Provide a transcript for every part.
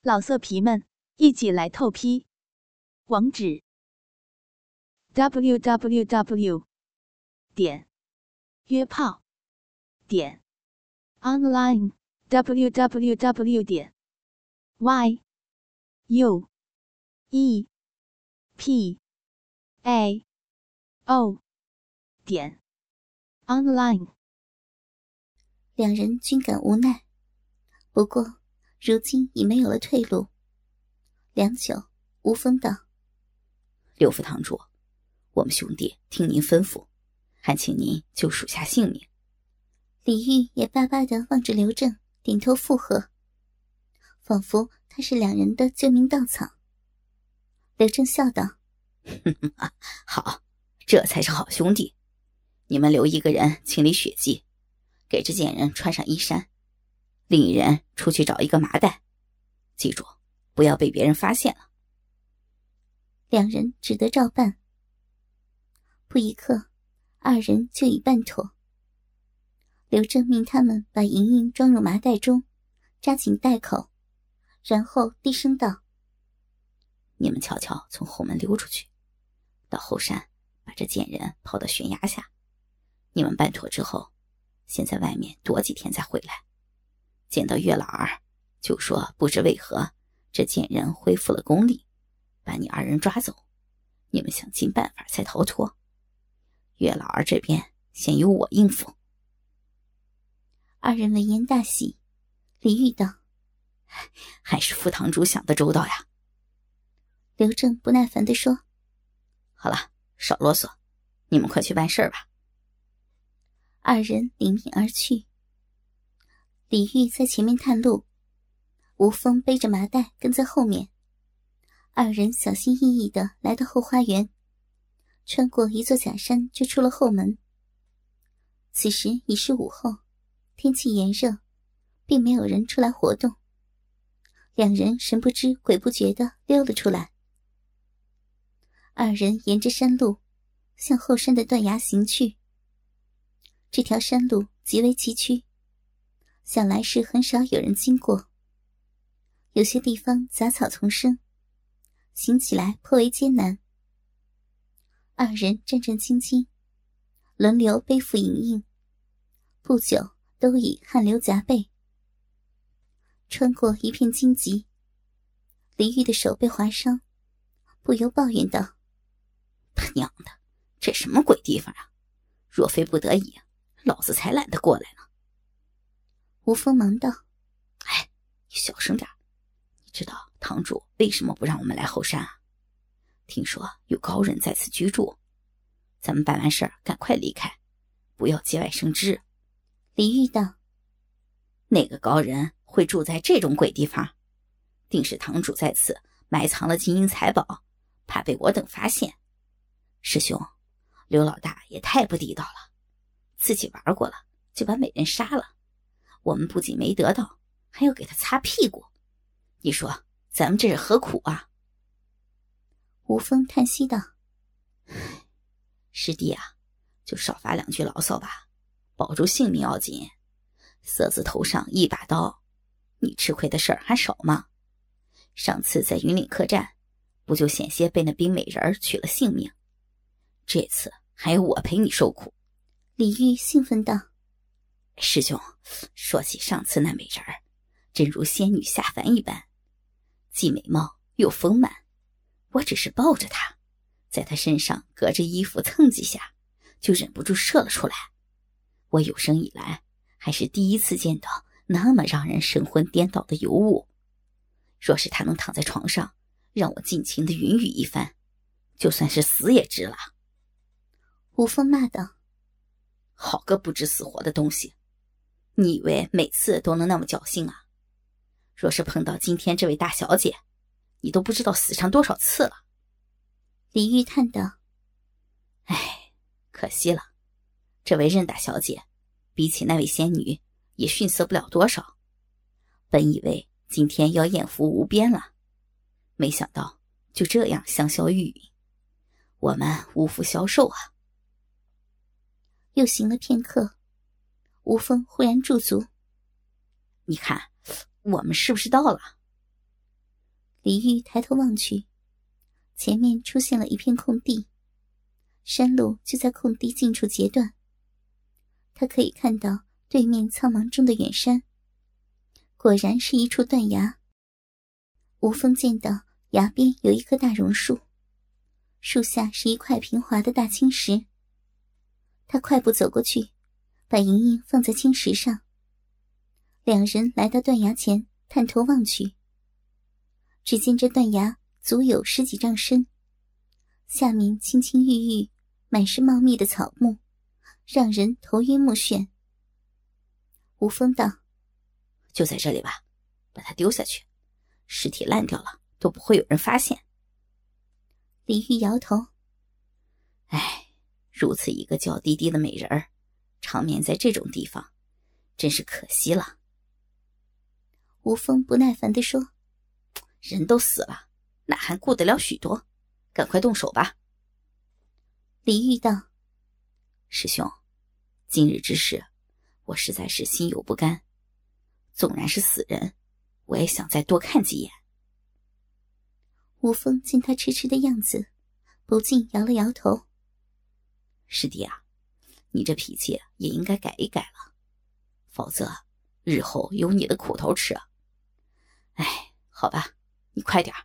老色皮们，一起来透批！网址 www.约炮online www.yuepao.online。 两人均感无奈，不过如今已没有了退路。良久，吴峰道： 六副堂主，我们兄弟听您吩咐，还请您就属下性命。 李煜也巴巴地望着刘正，点头附和，仿佛他是两人的救命稻草。刘正笑道： 好，这才是好兄弟。你们留一个人清理血迹，给这贱人穿上衣衫，另一人出去找一个麻袋，记住不要被别人发现了。 两人只得照办。不一刻，二人就已办妥。刘正命他们把莹莹装入麻袋中，扎紧袋口，然后低声道： 你们悄悄从后门溜出去，到后山把这贱人抛到悬崖下。你们办妥之后，先在外面躲几天再回来。见到岳老儿，就说不知为何这贱人恢复了功力，把你二人抓走，你们想尽办法才逃脱。岳老儿这边先由我应付。 二人闻言大喜。李煜道： 还是副堂主想得周到呀。 刘正不耐烦地说： 好了，少啰嗦，你们快去办事吧。 二人领命而去。李煜在前面探路，吴峰背着麻袋跟在后面。二人小心翼翼地来到后花园，穿过一座假山就出了后门。此时已是午后，天气炎热，并没有人出来活动。两人神不知鬼不觉地溜了出来。二人沿着山路向后山的断崖行去。这条山路极为崎岖，想来是很少有人经过，有些地方杂草丛生，行起来颇为艰难。二人战战兢兢，轮流背负莹莹，不久都已汗流浃背。穿过一片荆棘，李煜的手被划伤，不由抱怨道： 他娘的，这什么鬼地方啊！若非不得已，老子才懒得过来呢。 吴峰忙道： 哎，你小声点，你知道堂主为什么不让我们来后山啊？听说有高人在此居住，咱们办完事儿赶快离开，不要节外生枝。 李煜道： 那个高人会住在这种鬼地方？定是堂主在此埋藏了金银财宝，怕被我等发现。师兄，刘老大也太不地道了，自己玩过了就把美人杀了，我们不仅没得到，还要给他擦屁股，你说咱们这是何苦啊？ 吴峰叹息道： 师弟啊，就少发两句牢骚吧，保住性命要紧。色字头上一把刀，你吃亏的事儿还少吗？上次在云岭客栈，不就险些被那冰美人取了性命？这次还有我陪你受苦。 李煜兴奋道： 师兄，说起上次那美人儿，真如仙女下凡一般，既美貌又丰满。我只是抱着她，在她身上隔着衣服蹭几下，就忍不住射了出来。我有生以来还是第一次见到那么让人神魂颠倒的尤物。若是她能躺在床上，让我尽情的云雨一番，就算是死也值了。 吴峰骂道： 好个不知死活的东西，你以为每次都能那么侥幸啊？若是碰到今天这位大小姐，你都不知道死上多少次了。 李煜叹道： 唉，可惜了，这位任大小姐比起那位仙女也逊色不了多少。本以为今天要艳福无边了，没想到就这样香消玉殒，我们无福消受啊。 又行了片刻，吴峰忽然驻足： 你看我们是不是到了？ 李煜抬头望去，前面出现了一片空地，山路就在空地近处截断。他可以看到对面苍茫中的远山，果然是一处断崖。吴峰见到崖边有一棵大榕树，树下是一块平滑的大青石。他快步走过去，把莹莹放在青石上。两人来到断崖前，探头望去，只见这断崖足有10几丈深，下面青青郁郁，满是茂密的草木，让人头晕目眩。吴峰道： 就在这里吧，把它丢下去，尸体烂掉了都不会有人发现。 李煜摇头： 唉，如此一个娇滴滴的美人儿，长眠在这种地方，真是可惜了。 吴峰不耐烦地说： 人都死了，哪还顾得了许多，赶快动手吧。 李煜道： 师兄，今日之事，我实在是心有不甘，纵然是死人，我也想再多看几眼。 吴峰见他痴痴的样子，不禁摇了摇头： 师弟啊，你这脾气也应该改一改了，否则日后有你的苦头吃啊。哎，好吧，你快点。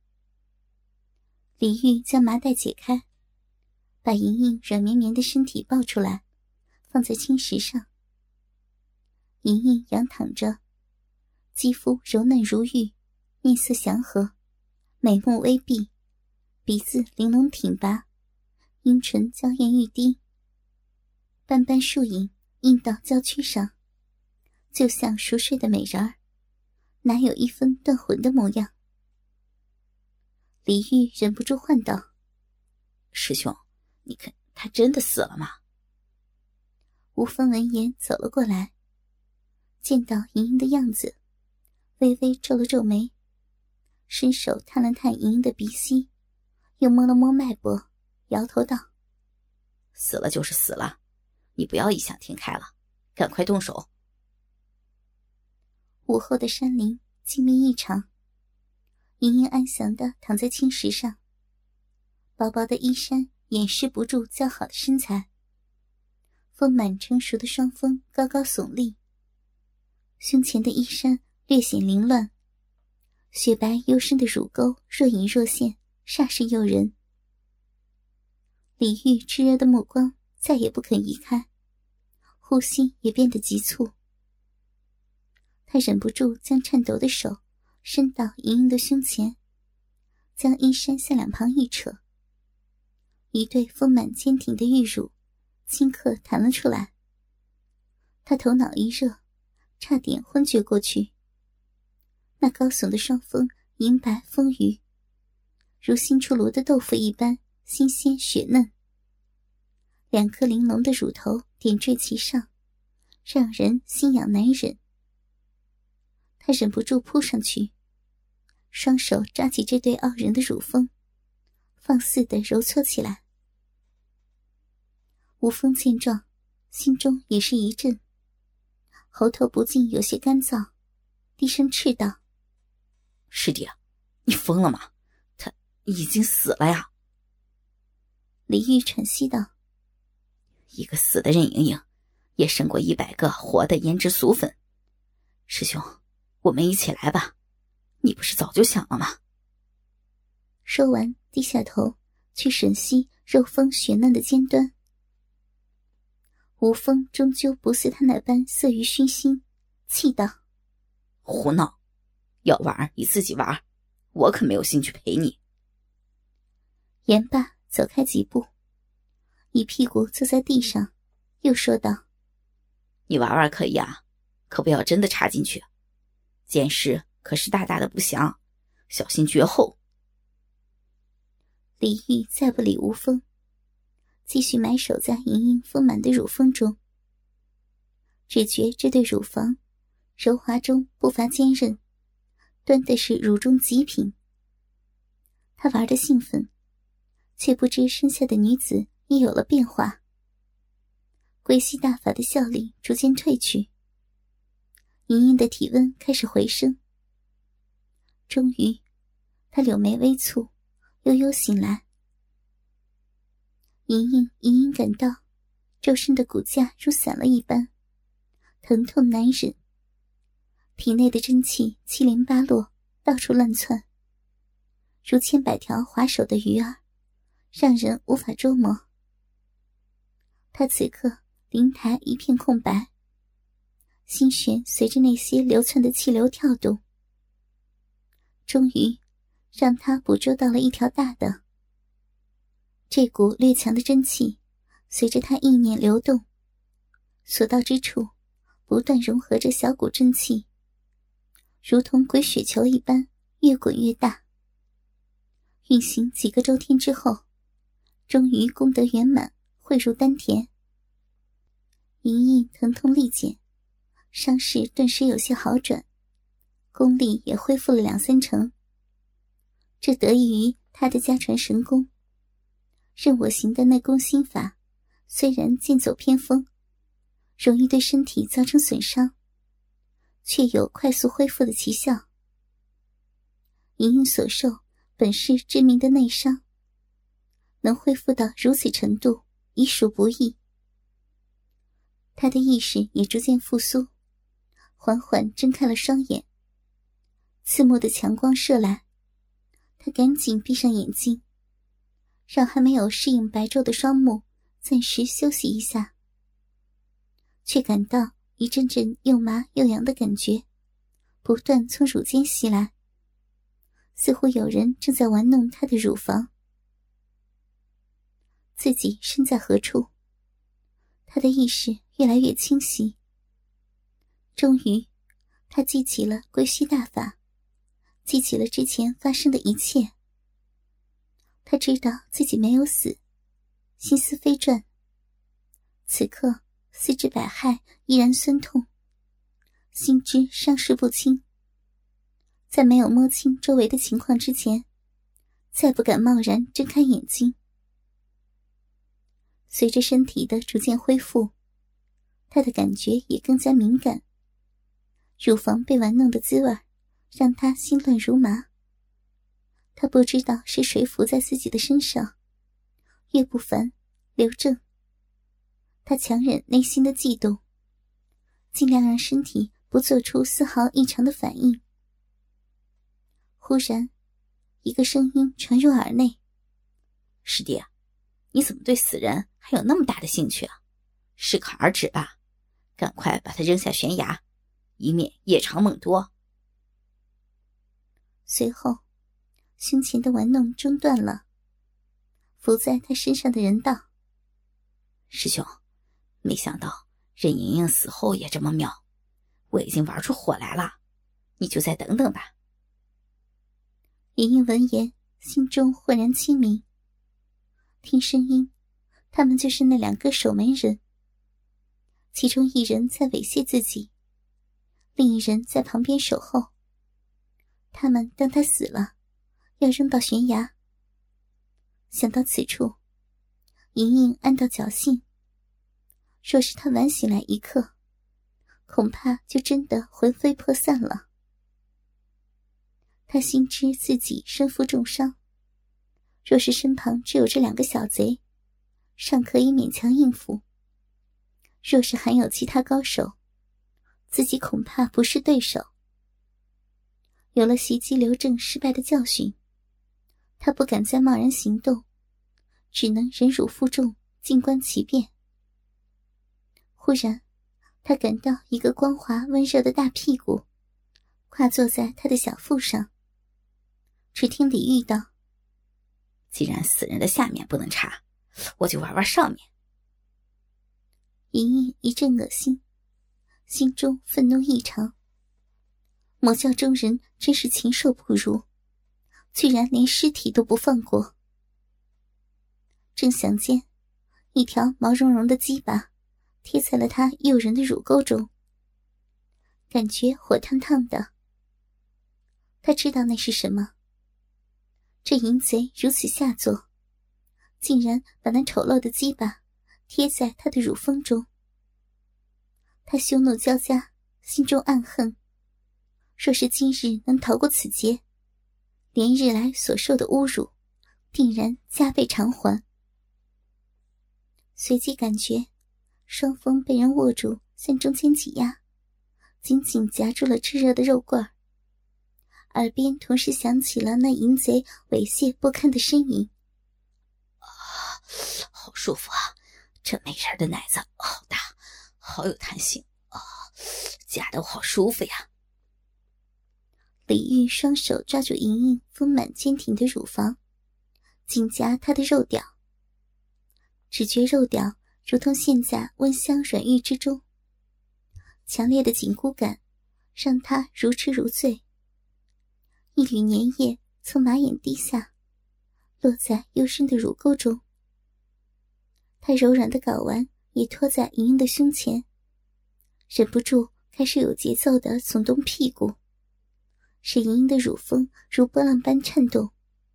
李煜将麻袋解开，把莹莹软绵绵的身体抱出来，放在青石上。莹莹仰躺着，肌肤柔嫩如玉，面色祥和，美目微闭，鼻子玲珑挺拔，阴唇娇艳欲滴，斑斑树影映到娇躯上，就像熟睡的美人儿，哪有一分断魂的模样。李煜忍不住唤道： 师兄，你看他真的死了吗？ 吴峰闻言走了过来，见到莹莹的样子，微微皱了皱眉，伸手探了探莹莹的鼻息，又摸了摸脉搏，摇头道： 死了就是死了，你不要异想天开了，赶快动手。 午后的山林静谧异常，莹莹安详地躺在青石上，薄薄的衣衫掩饰不住姣好的身材，丰满成熟的双峰高高耸立，胸前的衣衫略显凌乱，雪白幽深的乳沟若隐若现，煞是诱人。李煜炽热的目光再也不肯移开，呼吸也变得急促。他忍不住将颤抖的手伸到莹莹的胸前，将衣衫向两旁一扯，一对丰满坚挺的玉乳顷刻弹了出来。他头脑一热，差点昏厥过去。那高耸的双峰银白丰腴，如新出炉的豆腐一般新鲜雪嫩，两颗玲珑的乳头点缀其上，让人心痒难忍。他忍不住扑上去，双手抓起这对傲人的乳峰，放肆地揉搓起来。吴峰见状，心中也是一震，喉头不禁有些干燥，低声斥道： 师弟，你疯了吗？他已经死了呀。 李煜喘息道： 一个死的任盈盈，也胜过100个活的胭脂俗粉。师兄，我们一起来吧，你不是早就想了吗？ 说完低下头去吮吸肉峰雪嫩的尖端。吴峰终究不似他那般色欲熏心，气道： 胡闹，要玩你自己玩，我可没有兴趣陪你。 言罢走开几步，一屁股坐在地上，又说道： 你玩玩可以啊，可不要真的插进去，件事可是大大的不祥，小心绝后。 李煜再不理吴峰，继续埋首在莹莹丰满的乳峰中，只觉这对乳房柔滑中不乏坚韧，端的是乳中极品。他玩得兴奋，却不知身下的女子也有了变化。归西大法的效力逐渐退去，莹莹的体温开始回升。终于， 他柳眉微蹙，悠悠醒来。莹莹隐隐感到周身的骨架如散了一般，疼痛难忍，体内的真气七零八落，到处乱窜，如千百条滑手的鱼儿，让人无法捉摸。他此刻灵台一片空白，心弦随着那些流窜的气流跳动，终于让他捕捉到了一条大的。这股略强的真气随着他意念流动，所到之处不断融合着小股真气，如同滚雪球一般越滚越大。运行几个周天之后，终于功德圆满，汇入丹田。莹莹疼痛力减，伤势顿时有些好转，功力也恢复了2-3成。这得益于他的家传神功。任我行的内功心法虽然剑走偏锋，容易对身体造成损伤，却有快速恢复的奇效。莹莹所受本是致命的内伤，能恢复到如此程度，已属不易。他的意识也逐渐复苏，缓缓睁开了双眼。刺目的强光射来，他赶紧闭上眼睛，让还没有适应白昼的双目暂时休息一下，却感到一阵阵又麻又痒的感觉不断从乳尖袭来，似乎有人正在玩弄他的乳房。自己身在何处？他的意识越来越清晰。终于，他记起了归虚大法，记起了之前发生的一切。他知道自己没有死，心思飞转。此刻四肢百骸依然酸痛，心知伤势不轻。在没有摸清周围的情况之前，再不敢贸然睁开眼睛。随着身体的逐渐恢复，他的感觉也更加敏感。乳房被玩弄的滋味让他心乱如麻。他不知道是谁伏在自己的身上，岳不凡、刘正。他强忍内心的悸动，尽量让身体不做出丝毫异常的反应。忽然，一个声音传入耳内：“ 师弟，你怎么对死人还有那么大的兴趣啊？适可而止吧，赶快把他扔下悬崖，以免夜长梦多。” 随后，胸前的玩弄中断了。伏在他身上的人道：“ 师兄，没想到任盈盈死后也这么妙，我已经玩出火来了，你就再等等吧。” 盈盈闻言，心中豁然清明。听声音，他们就是那2个守门人。其中一人在猥亵自己，另一人在旁边守候。他们当他死了，要扔到悬崖。想到此处，莹莹暗道侥幸，若是他晚醒来一刻，恐怕就真的魂飞魄散了。他心知自己身负重伤，若是身旁只有这2个小贼，尚可以勉强应付；若是还有其他高手，自己恐怕不是对手。有了袭击刘正失败的教训，他不敢再贸然行动，只能忍辱负重，静观其变。忽然，他感到一个光滑温热的大屁股跨坐在他的小腹上。只听李煜道：“ 既然死人的下面不能插，我就玩玩上面。” 莹莹一阵恶心，心中愤怒异常。魔教中人真是禽兽不如，居然连尸体都不放过。正想间，一条毛茸茸的鸡巴贴在了他诱人的乳沟中，感觉火烫烫的。他知道那是什么，这淫贼如此下作，竟然把那丑陋的鸡巴贴在他的乳峰中。他羞怒交加，心中暗恨，若是今日能逃过此劫， 连日来所受的侮辱定然加倍偿还。随即感觉双峰被人握住，向中间挤压，紧紧夹住了炙热的肉棍儿。耳边同时响起了那淫贼猥亵不堪的呻吟。 好舒服啊，这美人的奶子好大，好有弹性啊，夹得我好舒服呀。 李玉双手抓住莹莹丰满坚挺的乳房，紧夹她的肉屌，只觉肉屌如同陷在温香软玉之中，强烈的紧箍感让她如痴如醉。一缕粘液从马眼滴下，落在幽深的乳沟中。她柔软的睾丸也托在莹莹的胸前，忍不住开始有节奏地耸动屁股，使莹莹的乳峰如波浪般颤动。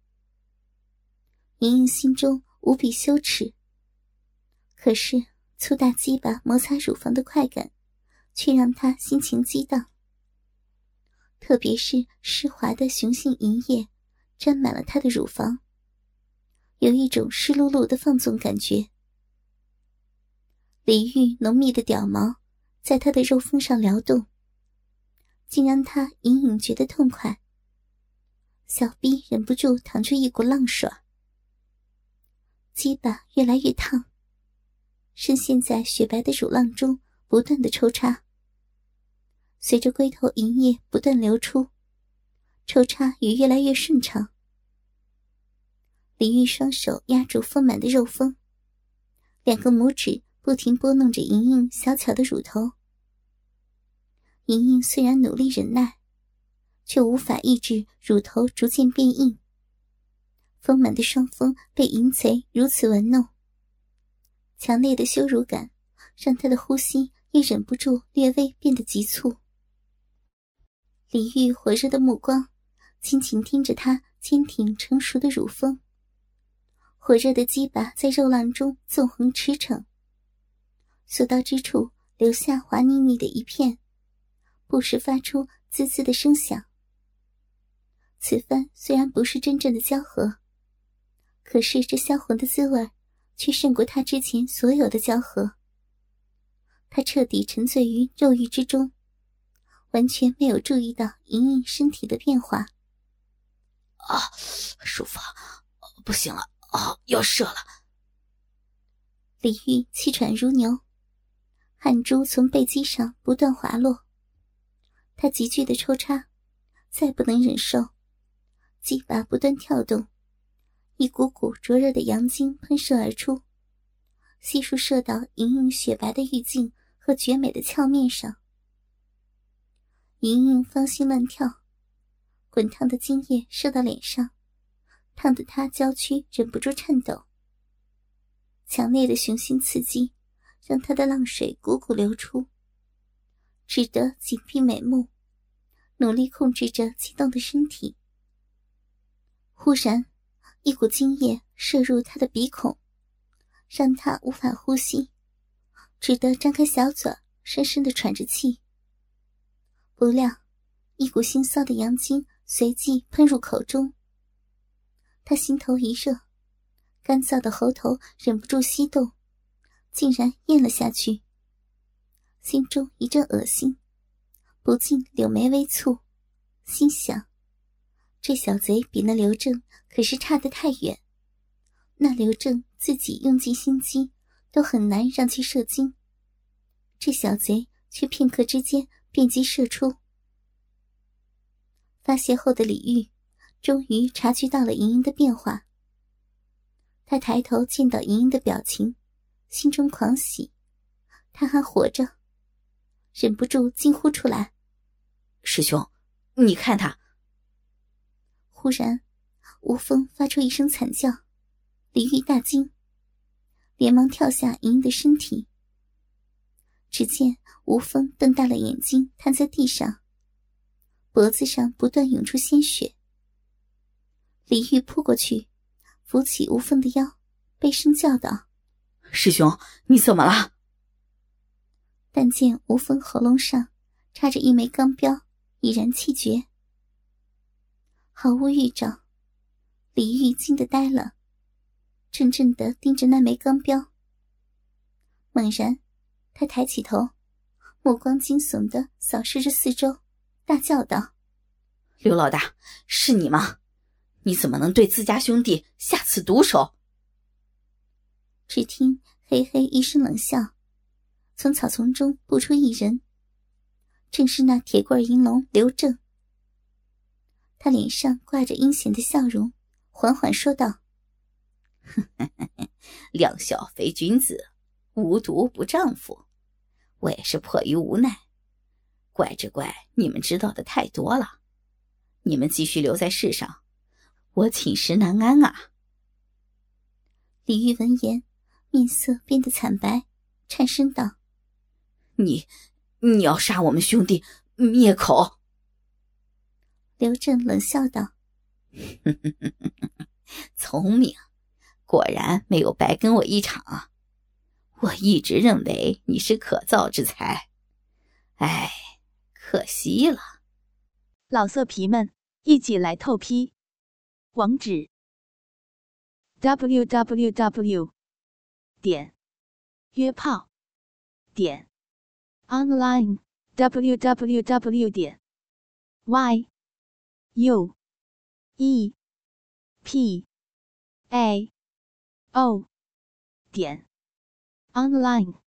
莹莹心中无比羞耻，可是粗大鸡巴摩擦乳房的快感却让她心情激荡。特别是湿滑的雄性淫液沾满了她的乳房，有一种湿漉漉的放纵感觉。李玉浓密的屌毛在她的肉峰上撩动，竟让她隐隐觉得痛快，小臂忍不住淌出一股浪水，鸡巴越来越烫，深陷在雪白的乳浪中不断的抽插。随着龟头淫液不断流出，抽插也越来越顺畅。李玉双手压住丰满的肉峰，两个拇指不停拨弄着莹莹小巧的乳头。莹莹虽然努力忍耐，却无法抑制乳头逐渐变硬。丰满的双峰被淫贼如此玩弄，强烈的羞辱感让她的呼吸也忍不住略微变得急促。李玉火热的目光紧紧盯着她坚挺成熟的乳峰，火热的鸡巴在肉浪中纵横驰骋，所到之处留下滑腻腻的一片，不时发出滋滋的声响。此番虽然不是真正的交合，可是这销魂的滋味却胜过他之前所有的交合。他彻底沉醉于肉欲之中，完全没有注意到莹莹身体的变化。 舒服，不行了，要射了。 李玉气喘如牛，汗珠从背肌上不断滑落。他急剧的抽插，再不能忍受，鸡巴不断跳动，一股股灼热的阳精喷射而出，悉数射到莹莹雪白的玉颈和绝美的俏面上。莹莹芳心乱跳，滚烫的精液射到脸上，烫得她娇躯忍不住颤抖。强烈的雄性刺激让她的浪水汩汩流出，只得紧闭美目，努力控制着激动的身体。忽然一股精液射入她的鼻孔，让她无法呼吸，只得张开小嘴深深地喘着气。不料一股腥臊的阳精随即喷入口中，他心头一热，干燥的喉头忍不住吸动，竟然咽了下去。心中一阵恶心，不禁柳眉微蹙，心想这小贼比那刘正可是差得太远，那刘正自己用尽心机都很难让其射精，这小贼却片刻之间便即射出。发泄后的李玉终于察觉到了莹莹的变化，他抬头见到莹莹的表情，心中狂喜，他还活着，忍不住惊呼出来： 师兄，你看他！ 忽然吴峰发出一声惨叫，李玉大惊，连忙跳下莹莹的身体。只见吴峰瞪大了眼睛，瘫在地上，脖子上不断涌出鲜血。李玉扑过去，扶起吴峰的腰，悲声叫道： 师兄，你怎么了？ 但见吴峰喉咙上插着一枚钢镖，已然气绝。 毫无预兆，李玉惊得呆了，怔怔地盯着那枚钢标。猛然他抬起头，目光惊悚地扫视着四周，大叫道： 刘老大，是你吗？你怎么能对自家兄弟下此毒手？ 只听嘿嘿一声冷笑，从草丛中步出一人，正是那铁棍银龙刘正。他脸上挂着阴险的笑容，缓缓说道： 两小非君子，无毒不丈夫。我也是迫于无奈，怪只怪你们知道的太多了。你们继续留在世上，我寝食难安啊。 李玉闻言，面色变得惨白，颤声道： 你要杀我们兄弟，灭口！ 刘正冷笑道： 聪明，果然没有白跟我一场啊。我一直认为你是可造之材，哎，可惜了。 老色皮们，一起来透批！网址 www.约炮.online www.yuepao.online